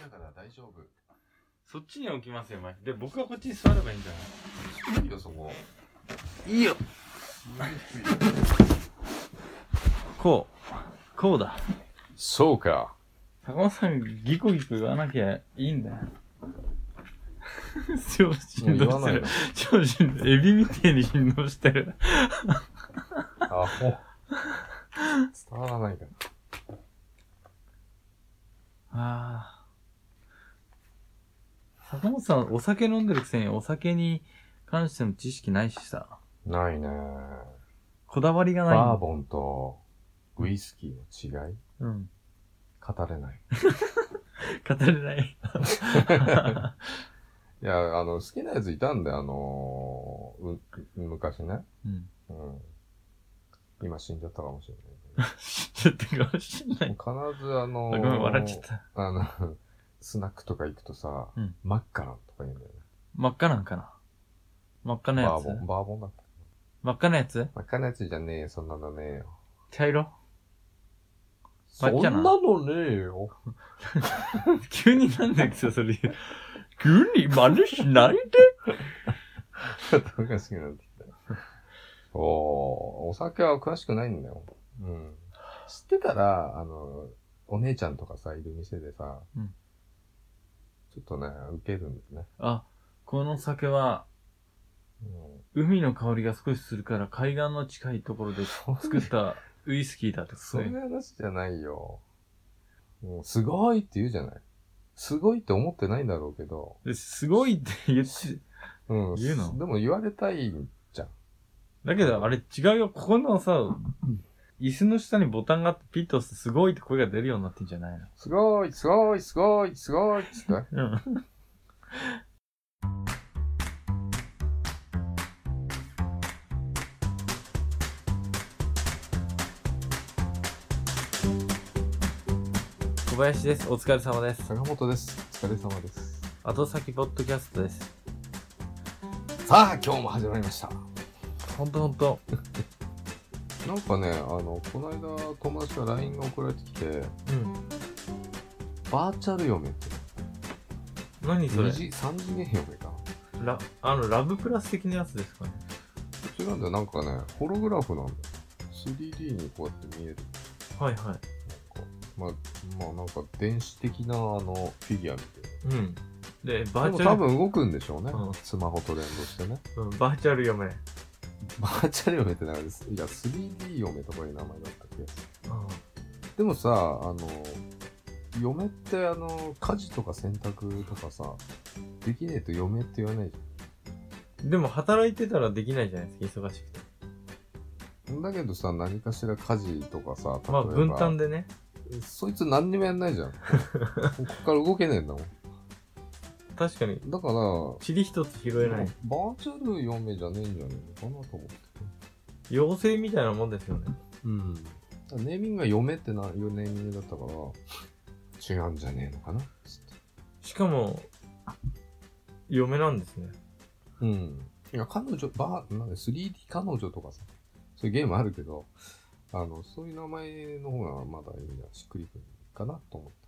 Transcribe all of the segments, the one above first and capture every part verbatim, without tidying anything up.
だから大丈夫。 そっちに置きますよ、マジで。僕はこっちに座ればいいんじゃない？ いいよ、そこ。 いいよ。こう。こうだ。 そうか。 坂本さん、ギコギコ言わなきゃいいんだよ。超振動してる。超振動。エビみたいに振動してる。 アホ。伝わらないから。 ああ。坂本さん、お酒飲んでるくせにお酒に関しての知識ないしさ。 ないね。 こだわりがない。 バーボンとウイスキーの違い、 うん。 語れない。 語れない。 いや、あの、好きなやついたんだよ、あのー、う、昔ね。 うん。 うん。今死んじゃったかもしれない死んじゃったかもしれない。 必ずあのー、 ごめん、笑っちゃった。 あの、スナックとか行くとさ、うん、マッカランとか言うんだよね。 真っ赤なんかな真っ赤なやつ。 バーボン、バーボンだった。 真っ赤なやつ真っ赤なやつじゃねえよ、そんなのねえよ。 茶色そんなのねえよ。 急になんだよ、それ言う。急に真似しないで。 ちょっとおかしくなってきた。おー、お酒は詳しくないんだよ。うん。知ってたら、あの、お姉ちゃんとかさ、いる店でさ、うん、ちょっとね、受けるんですね。 あ、この酒は、うん、海の香りが少しするから海岸の近いところで作ったウイスキーだって。 そういう話じゃないよ。もうすごいって言うじゃない。すごいって思ってないんだろうけど。 すごいって言って、 うん、 言うの？ でも言われたいじゃん。 だけどあれ違うよ。ここのさ、椅子の下にボタンがあってピッと押すとすごいって声が出るようになってんじゃないの？ すごい、すごい、すごい、すごいって言って。うん。 小林です。お疲れ様です。 坂本です。お疲れ様です。 後先ポッドキャストです。 さあ、今日も始まりました。 ほんとほんと。 なんかね、あの、この間友達から ライン が送られてきて、うん。バーチャル嫁って。 何それ？ さん次元嫁かな。ラ、あの、ラブプラス的なやつですかね。 違うんだよ。なんかね、ホログラフなんだよ。スリーディー にこうやって見える。 はいはい。 まあ、まあなんか電子的なあのフィギュアみたいな。うん。 で、 バーチャル。でも多分動くんでしょうね。うん、スマホと連動してね。 うん、バーチャル嫁。 バーチャル嫁ってなんか、いや、スリーディー 嫁とかいう名前だった気がする。うん。でもさ、あの、嫁ってあの、家事とか洗濯とかさ、できねえと嫁って言わないじゃん。でも働いてたらできないじゃないですか、忙しくて。 だけどさ、何かしら家事とかさ、 まあ分担でね。 そいつ何にもやんないじゃん。ここから動けねえんだもん。 確かに。 だから、 塵一つ拾えない。 バーチャル嫁じゃねえんじゃねえのかなと思って。 妖精みたいなもんですよね。 うん。ネーミングが嫁ってな、いうネーミングだったから、違うんじゃねえのかな。 しかも、嫁なんですね。 うん。いや、彼女、バー、なんで スリーディー 彼女とかさ、そういうゲームあるけど、あの、そういう名前の方がまだいいな、しっくりくるかなと思った。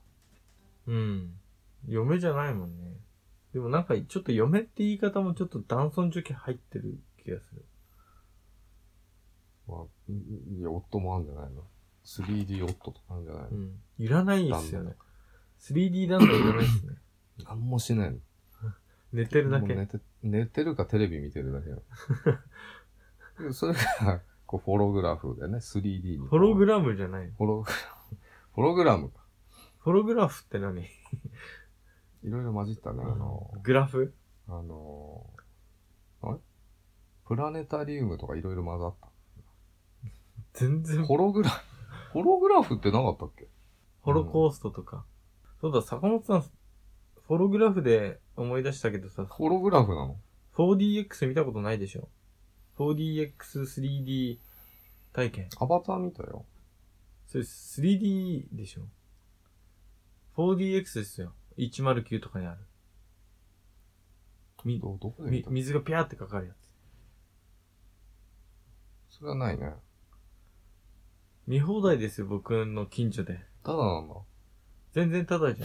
うん。嫁じゃないもんね。でもなんか、ちょっと嫁って言い方もちょっと男尊女卑入ってる気がする。 まあ、いや、夫もあるんじゃないの ?スリーディー 夫とかあるんじゃないの？ うん。いらないですよね。スリーディー 旦那いらないですね。 なんもしないの。 寝てるだけ。 寝て、寝てるかテレビ見てるだけよ。それが、こう、ホログラフでね、スリーディー に。 ホログラムじゃない。 ホログラム。ホログラムか。 ホログラフって何？ いろいろ混じったね、あの、 グラフ？ あの、あれプラネタリウムとかいろいろ混ざった。 全然。 ホログラフ、ホログラフってなかったっけ？ ホロコーストとか。うん、そうだ、坂本さん、ホログラフで思い出したけどさ。 ホログラフなの？ フォーディーエックス 見たことないでしょ？ フォーディーエックススリーディー 体験。 アバター見たよ。 それ スリーディー でしょ？ フォーディーエックス ですよ。いちまるきゅうとかにある。み、 ど、どこで見た？ み、水がピャーってかかるやつ。それはないね。 見放題ですよ、僕の近所で。 ただなんだ。 全然ただじゃない。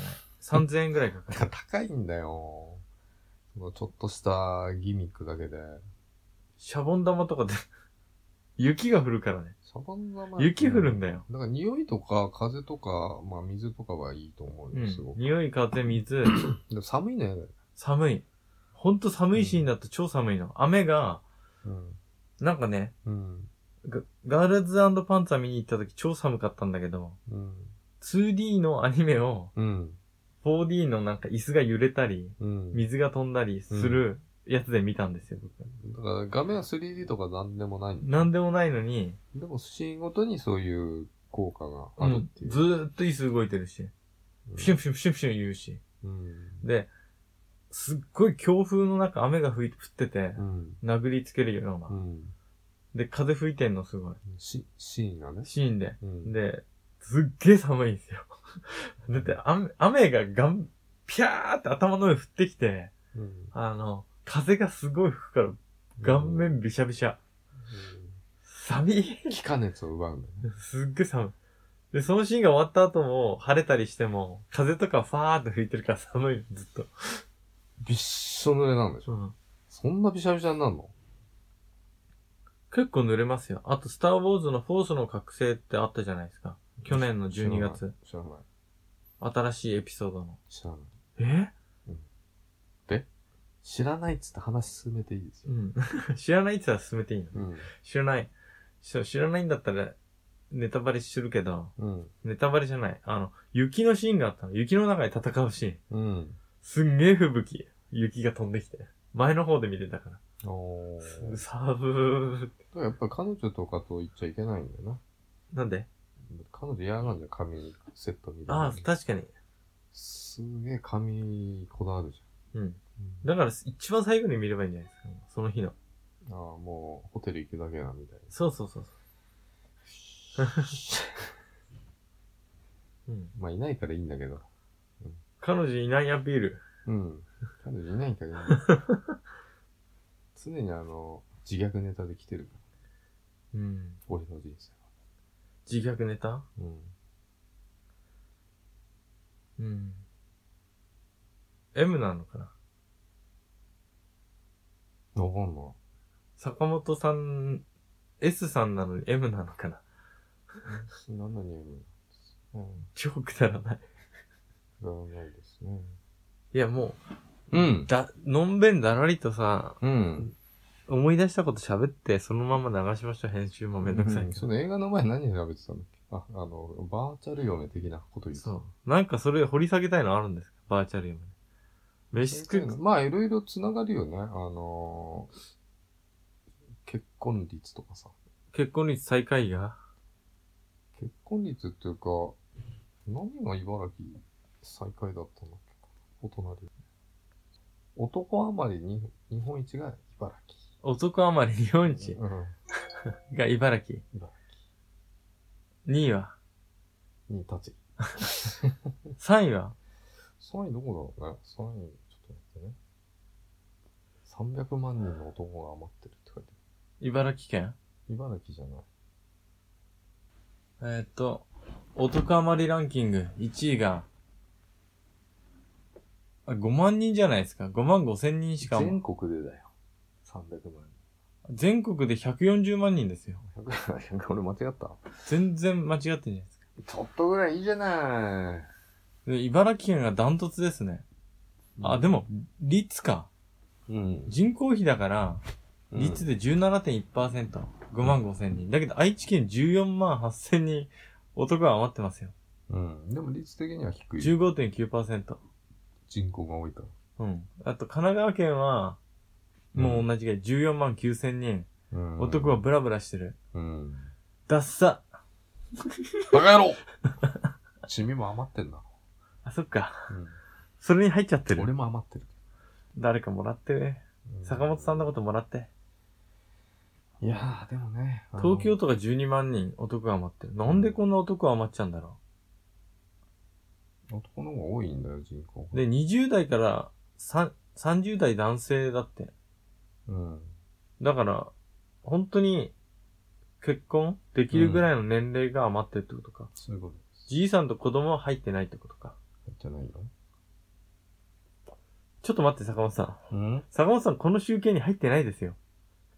さんぜんえんぐらいかかる。 高いんだよ。そのちょっとしたギミックだけで。 シャボン玉とかで、雪が降るからね。 シャボン玉雪降るんだよ。 だから匂いとか風とか、まあ水とかはいいと思うよ、 うんすご。く。 匂い、風、水、 でも寒いね。 寒い。ほんと寒いシーンだと超寒いの。雨が、 うん。 なんかね、 うん。 ガガールズ&パンツァー見に行った時超寒かったんだけど、 うん。 ツーディー のアニメを、 うん。 フォーディー のなんか椅子が揺れたり、 うん。 水が飛んだりするやつで見たんですよ、僕。 だから画面は スリーディー とかなんでもないんだよ。 なんでもないのに、 でもシーンごとにそういう効果があうんるっていう。 ずーっと椅子動いてるし、プシュンプシュンプシュンプシュン言うし。 うん。 で、すっごい強風の中雨が降い降っててう、ん。 殴りつけるようなう。ん。 で、風吹いてんのすごい。 し、シーンがね。 シーンで。 うん。 で、すっげえ寒いんですよ。だって雨、雨がガン、ピャーって頭の上降ってきて、 うん。 あの、風がすごい吹くから、顔面びしゃびしゃ。寒い。 気化熱を奪うんだよね。 すっげえ寒い。で、そのシーンが終わった後も、晴れたりしても、風とかファーって吹いてるから寒いの、ずっと。 びっしょ濡れなんでしょ。 うん。 そんなびしゃびしゃになるの？ 結構濡れますよ。あと、スターウォーズのフォースの覚醒ってあったじゃないですか。去年のじゅうにがつ。 知らない。 新しいエピソードの。 知らない。 えで知らないっつって話進めていいですよ。 うん。知らないって言ったら進めていいの？ うん。 知らない。そう知らないんだったら、ネタバレするけど、 うん。 ネタバレじゃない。あの、雪のシーンがあったの。雪の中で戦うシーン。 うん。 すんげえ吹雪。雪が飛んできて。前の方で見てたから。 おー。 サブー。 だからやっぱり彼女とかと言っちゃいけないんだよな。 なんで？ 彼女嫌なんじゃん、髪セット見るのああ、確かに。 すげえ髪こだわるじうん。 ゃん。 だから、一番最後に見ればいいんじゃないですか。その日の。 ああ、もうホテル行くだけだみたいそうそうそうそう。うん。 な。まあいないからいいんだけど。 彼女いないアピール。 うん。彼女いないからいいんだ常にあの、自虐ネタで来てるから。 うん。 俺の人生は。 自虐ネタ？ うん。 うん。M なのかな？ わかんない。 坂本さん、S さんなのに M なのかな？ 何のに M？ うん。 超くだらない。 くだらないですね。 いや、もう、 うん。 だ、のんべんだらりとさ、 うん。 思い出したこと喋って、そのまま流しましょう。編集もめんどくさいけど。 その映画の前何喋ってたんだっけ？あ、あの、バーチャル嫁的なこと言ってた。 そう。なんかそれ掘り下げたいのあるんですか？バーチャル夢。飯作る。 まあ、いろいろ繋がるよね。あのー、結婚率とかさ。 結婚率最下位が結婚率っていうか、何が茨城最下位だったんだっけか。お隣。男余りに日本一が茨城。 男余り日本一うん。 が茨城。 茨にいは城に立ち。 さんいはさんいどこだろうね。さんい、ちょっと待ってね。さんびゃくまん人の男が余ってるって書いて茨城県ある。茨城じゃない。 えー、っと、男余りランキングいちいが、あごまん人じゃないですか。ごまんごせん人しか。 全国でだよ。さんびゃくまん全国でひゃくよんじゅうまん人ですよ。 人。俺間違った全然間違ってんじゃないですか。 ちょっとぐらいいいじゃない。 で茨城県がダントツですね。あ、でも、率か。 うん。 人口比だから、率で じゅうななてんいちパーセント。ごまんごせん人。だけど愛知県じゅうよんまんはっせん人、男が余ってますよ。 うん。でも率的には低い。 じゅうごてんきゅうパーセント。 人口が多いから。 うん。あと、神奈川県は、もう同じぐらい、じゅうよんまんきゅうせん人。 うん。 男はブラブラしてる。 うん。 ダッサ。 バカ野郎チミも余ってんだ。 あ、そっか。 うん。 それに入っちゃってる。 俺も余ってる。 誰かもらってね。坂本さんのこともらって。 いやー、でもね。 東京都がじゅうにまん人、男が余ってる。なんでこんな男が余っちゃうんだろ男の方が多いんだよ、人口。 う。で、にじゅう代からさんじゅう代男性だって。 うん。 だから、本当に、結婚できるぐらいの年齢が余ってるってことか。 そういうことです。 じいさんと子供は入ってないってことか。 入ってないよ。 ちょっと待って、坂本さん。 うん、 坂本さん、この集計に入ってないですよ。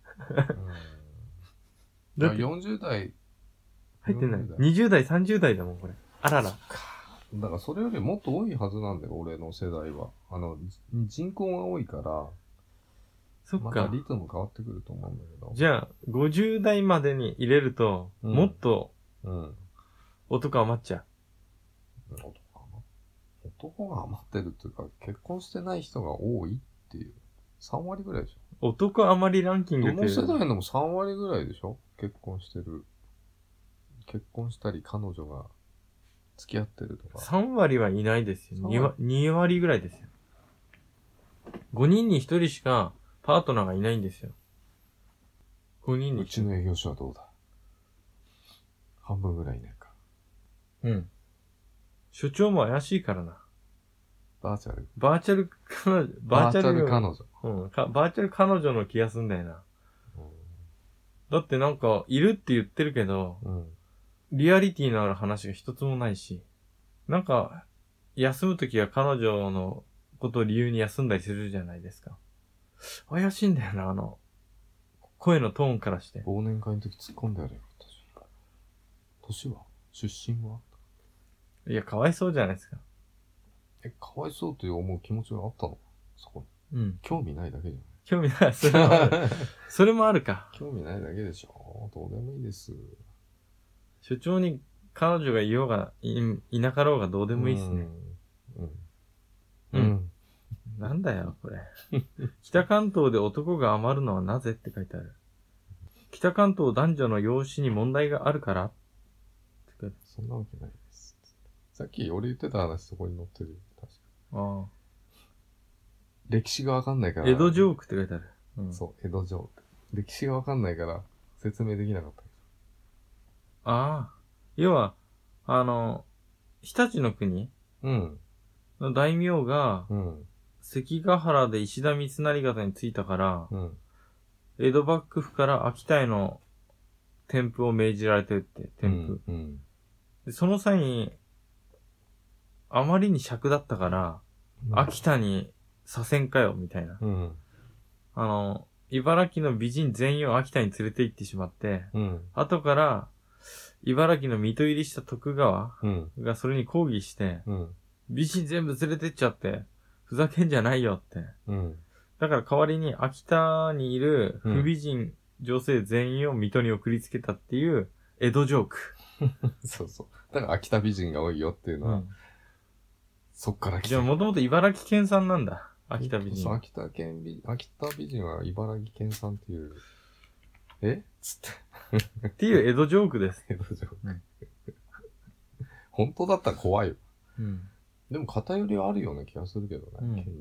うん、だってよんじゅう代入ってない。にじゅう代、さんじゅう代だもん、これ。あらら。 だからそれよりもっと多いはずなんだよ、俺の世代は。あの、人口が多いから、 そっか。 またリズム変わってくると思うんだけど。 じゃあ、ごじゅう代までに入れると、 うん、 もっと、 うん。 男余っちゃう。男が余男が余ってるっていうか、結婚してない人が多いっていう。さん割ぐらいでしょ。 男余りランキングどって。 の世代のもさん割ぐらいでしょ、結婚してる。結婚したり、彼女が付き合ってるとか。 さん割はいないですよ。に, 割に割ぐらいですよ。ごにんにひとりしかパートナーがいないんですよ。ごにんにうちの営業所はどうだ、半分ぐらいいないか。 うん。所長も怪しいからな。 バーチャルバーチャル彼女、 バーチャル彼女。 うんか。バーチャル彼女の気がすんだよな。 うん、 だってなんか、いるって言ってるけど、 うん、 リアリティのある話が一つもないし、なんか、休むときは彼女のことを理由に休んだりするじゃないですか。怪しいんだよな、あの、声のトーンからして。 忘年会の時突っ込んでやれよかったし。年は出身はいや、かわいそうじゃないですか。 え、かわいそうという思う気持ちがあったの、そこに。 うん。 興味ないだけじゃない。 興味ない。それもある。それもあるか。 興味ないだけでしょ。どうでもいいです。 所長に彼女がいようが、い、いなかろうがどうでもいいっすね。 うん。 ううん。うん。 なんだよ、これ。北関東で男が余るのはなぜって書いてある。北関東男女の養子に問題があるからって書いてある。 そんなわけないです。さっき俺言ってた話そこに載ってるよ。確か。 ああ。 歴史がわかんないから。 江戸ジョークって書いてある。 うん、そう、江戸ジョーク。歴史がわかんないから説明できなかった。 ああ。要は、あの、日立の国うん。 の大名が、 うん。 関ヶ原で石田三成方についたから、 うん。 江戸幕府から秋田への添付を命じられてるって、添付。 うん。うん、 でその際に、あまりに尺だったから、うん、秋田に左遷かよ、みたいな。 うん。 あの、茨城の美人全員を秋田に連れて行ってしまって、 うん、 後から、茨城の水戸入りした徳川がそれに抗議して、うん、美人全部連れてっちゃって、ふざけんじゃないよって。うん、だから代わりに秋田にいる不美人女性全員を水戸に送りつけたっていう江戸ジョーク。 そうそう。だから秋田美人が多いよっていうのは、うん、そっから来て。 じゃあもともと茨城県産なんだ。秋田美人。 そう、秋田県美、秋田美人は茨城県産っていう、えつって。 っていう江戸ジョークです。 江戸ジョーク。うん、本当だったら怖いよ。うん、でも偏りはあるような気がするけどね。うん、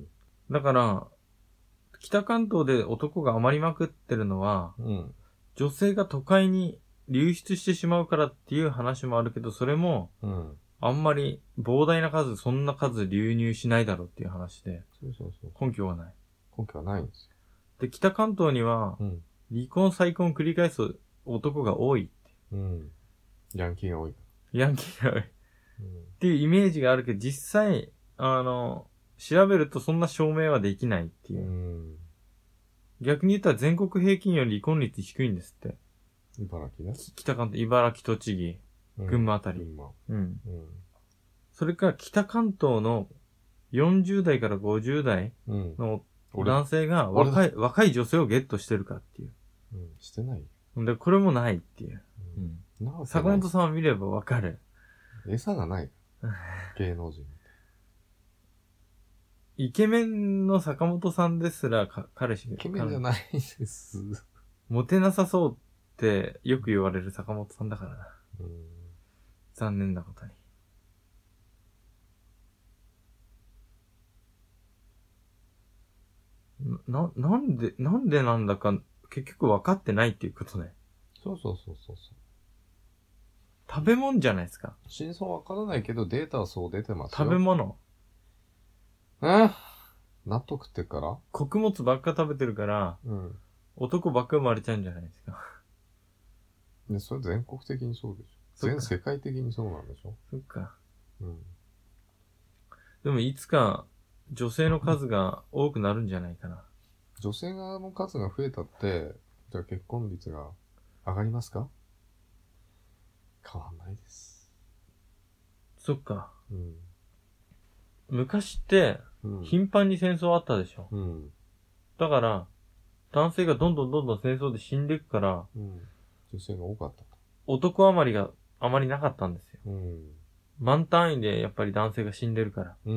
だから、北関東で男が余りまくってるのは、うん、女性が都会に流出してしまうからっていう話もあるけど、それも、うん、あんまり膨大な数、そんな数流入しないだろうっていう話で、 そうそうそう、 根拠はない。 根拠はないんですよ。 で、北関東には、うん、離婚再婚繰り返す男が多いって。 うん。ヤンキーが多い。 ヤンキーが多い。うん、っていうイメージがあるけど、実際、あの、調べるとそんな証明はできないっていう。うん、逆に言ったら全国平均より離婚率低いんですって。 茨城ね。 北関東、茨城、栃木、群馬あたり。うん。うん。うん、それから北関東のよんじゅう代からごじゅう代の男性が若い、若い女性をゲットしてるかっていう。 うん、してない。 で、これもないっていう。うん。うん、坂本さんを見ればわかる。 餌がない。芸能人。 イケメンの坂本さんですら、か、彼氏が。 イケメンじゃないです。 モテなさそうってよく言われる坂本さんだからな。うん、残念なことに。な、なんで、なんでなんだか、結局分かってないっていうことね。 そうそうそうそうそう。 食べ物じゃないですか。 真相分からないけど、データはそう出てますよ。 食べ物。 え納得ってから穀物ばっか食べてるから、うん、男ばっか生まれちゃうんじゃないですか。 ね、それ全国的にそうでしょ。全世界的にそうなんでしょ。 そっか。 うん。 でもいつか、 女性の数が多くなるんじゃないかな。 女性側の数が増えたって、じゃあ結婚率が上がりますか？変わんないです。 そっか。 うん、 昔って、頻繁に戦争あったでしょ。うん、だから、男性がどんどんどんどん戦争で死んでいくから、うん、 女性が多かったと。 男余りがあまりなかったんですよ。うん、万単位でやっぱり男性が死んでるから。うん、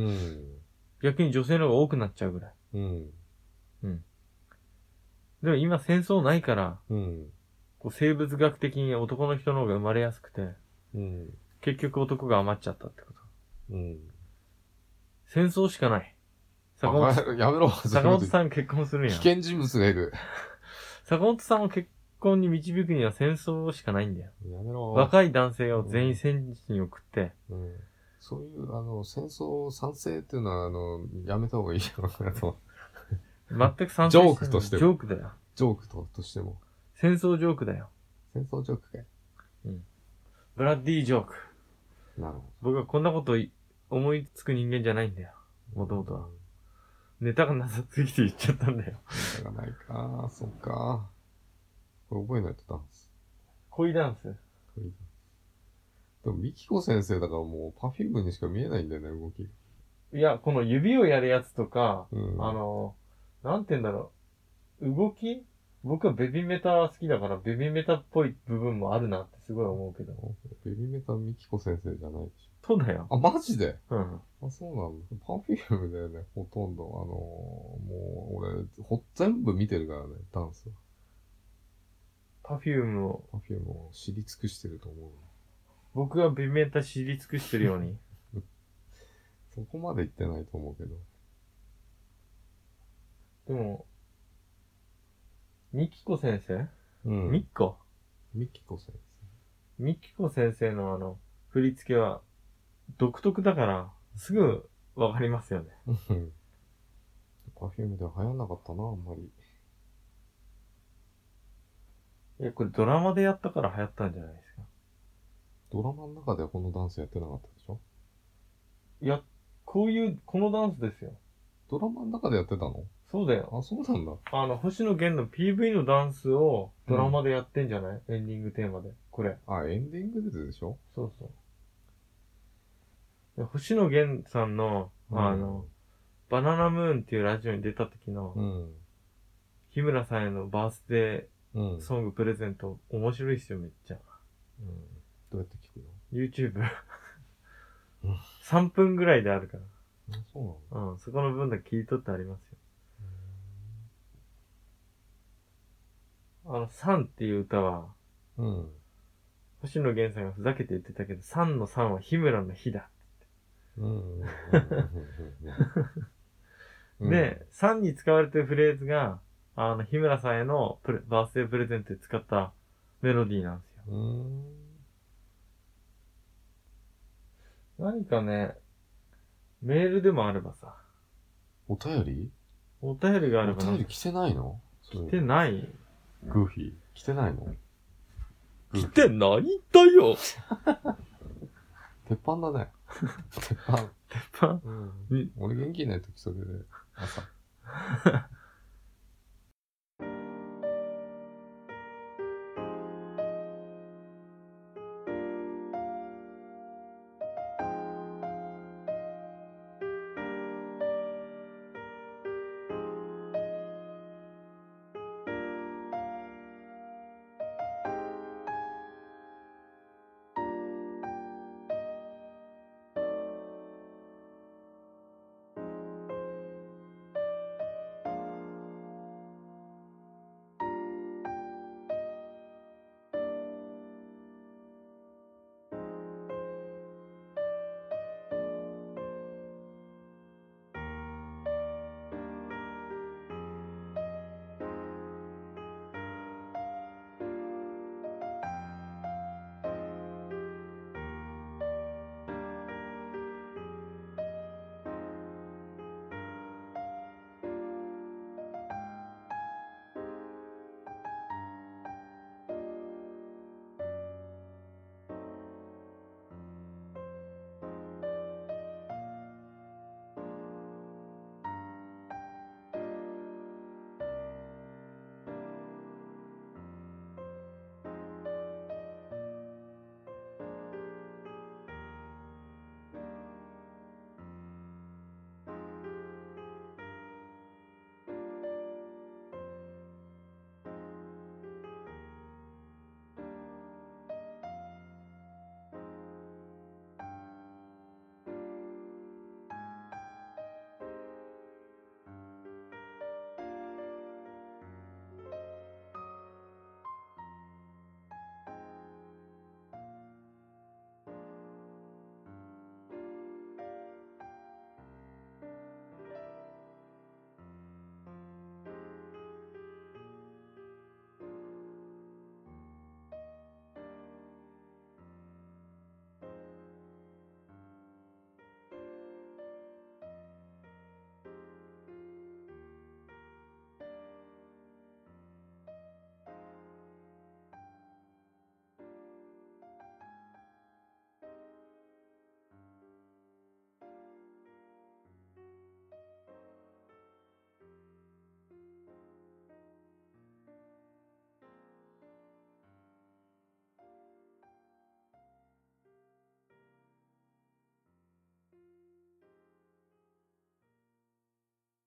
逆に女性の方が多くなっちゃうぐらい。うん。うん。でも今戦争ないから、うん、こう生物学的に男の人の方が生まれやすくて、うん、結局男が余っちゃったってこと。うん、戦争しかない。 坂本やめろ。 坂本さん結婚するんや。 危険人物がいる。 坂本さんを結婚に導くには戦争しかないんだよ。 やめろ。 若い男性を全員戦地に送って。 うんうん、そういう、あの、戦争賛成っていうのは、あの、やめた方がいいよなと。 全く賛成してない。ジョークとしても。 ジョークだよ。 ジョークととしても。 戦争ジョークだよ。 戦争ジョークかい。 うん。ブラッディジョーク。 なるほど。 僕はこんなこと思いつく人間じゃないんだよ。もともとは。ネタがなさすぎて言っちゃったんだよ。 ネタがないか。そっか。これ覚えないとダンス。 恋ダンス。恋ダンス。でも、ミキコ先生だからもう、パフュームにしか見えないんだよね、動き。 いや、この指をやるやつとか、うん、あの、なんて言うんだろう。動き僕はベビーメタ好きだから、ベビーメタっぽい部分もあるなってすごい思うけど。 ベビーメタミキコ先生じゃないでしょ。 そうだよ。 あ、マジで？ うん。 あ、そうなんだ。パフュームだよね、ほとんど。あのー、もう、俺、ほ、全部見てるからね、ダンスは。 パフュームを。 パフュームを知り尽くしてると思う。 僕はベビーメタ知り尽くしてるように。 そこまで言ってないと思うけど。 でも、ミキコ先生うん。 ミッコミキコ先生。ミキコ先生のあの、振り付けは、独特だから、すぐわかりますよね。 パフュームでは流行んなかったな、あんまり。 え、これドラマでやったから流行ったんじゃないですか。 ドラマの中ではこのダンスやってなかったでしょ？ いや、こういう、このダンスですよ。 ドラマの中でやってたの？ そうだよ。 あ、そうなんだ。 あの、星野源の ピーブイ のダンスをドラマでやってんじゃない、うん、エンディングテーマで。これ。 あ、エンディングででしょ？ そうそう。星野源さんの、うん、あの、バナナムーンっていうラジオに出た時の、うん、日村さんへのバースデーソングプレゼント、うん、面白いっすよ、めっちゃ。 うん、どうやって聞くの？ YouTube 。さんぷんぐらいであるから。 そうなの？ うん、そこの分だけ聞い取ってありますよ。あの、サンっていう歌は、うん。星野源さんがふざけて言ってたけど、サンのサンは日村の日だって。で、サンに使われてるフレーズが、あの、日村さんへのプレバースデープレゼントで使ったメロディーなんですよ。うーん。何かね、メールでもあればさ。 お便り？ お便りがあれば。 お便り来てないの？ 来てない。 グーフィー。来てないの？ 来てないんだよ鉄板だね。鉄板。 鉄板、 うん、俺元気ない時それで、朝。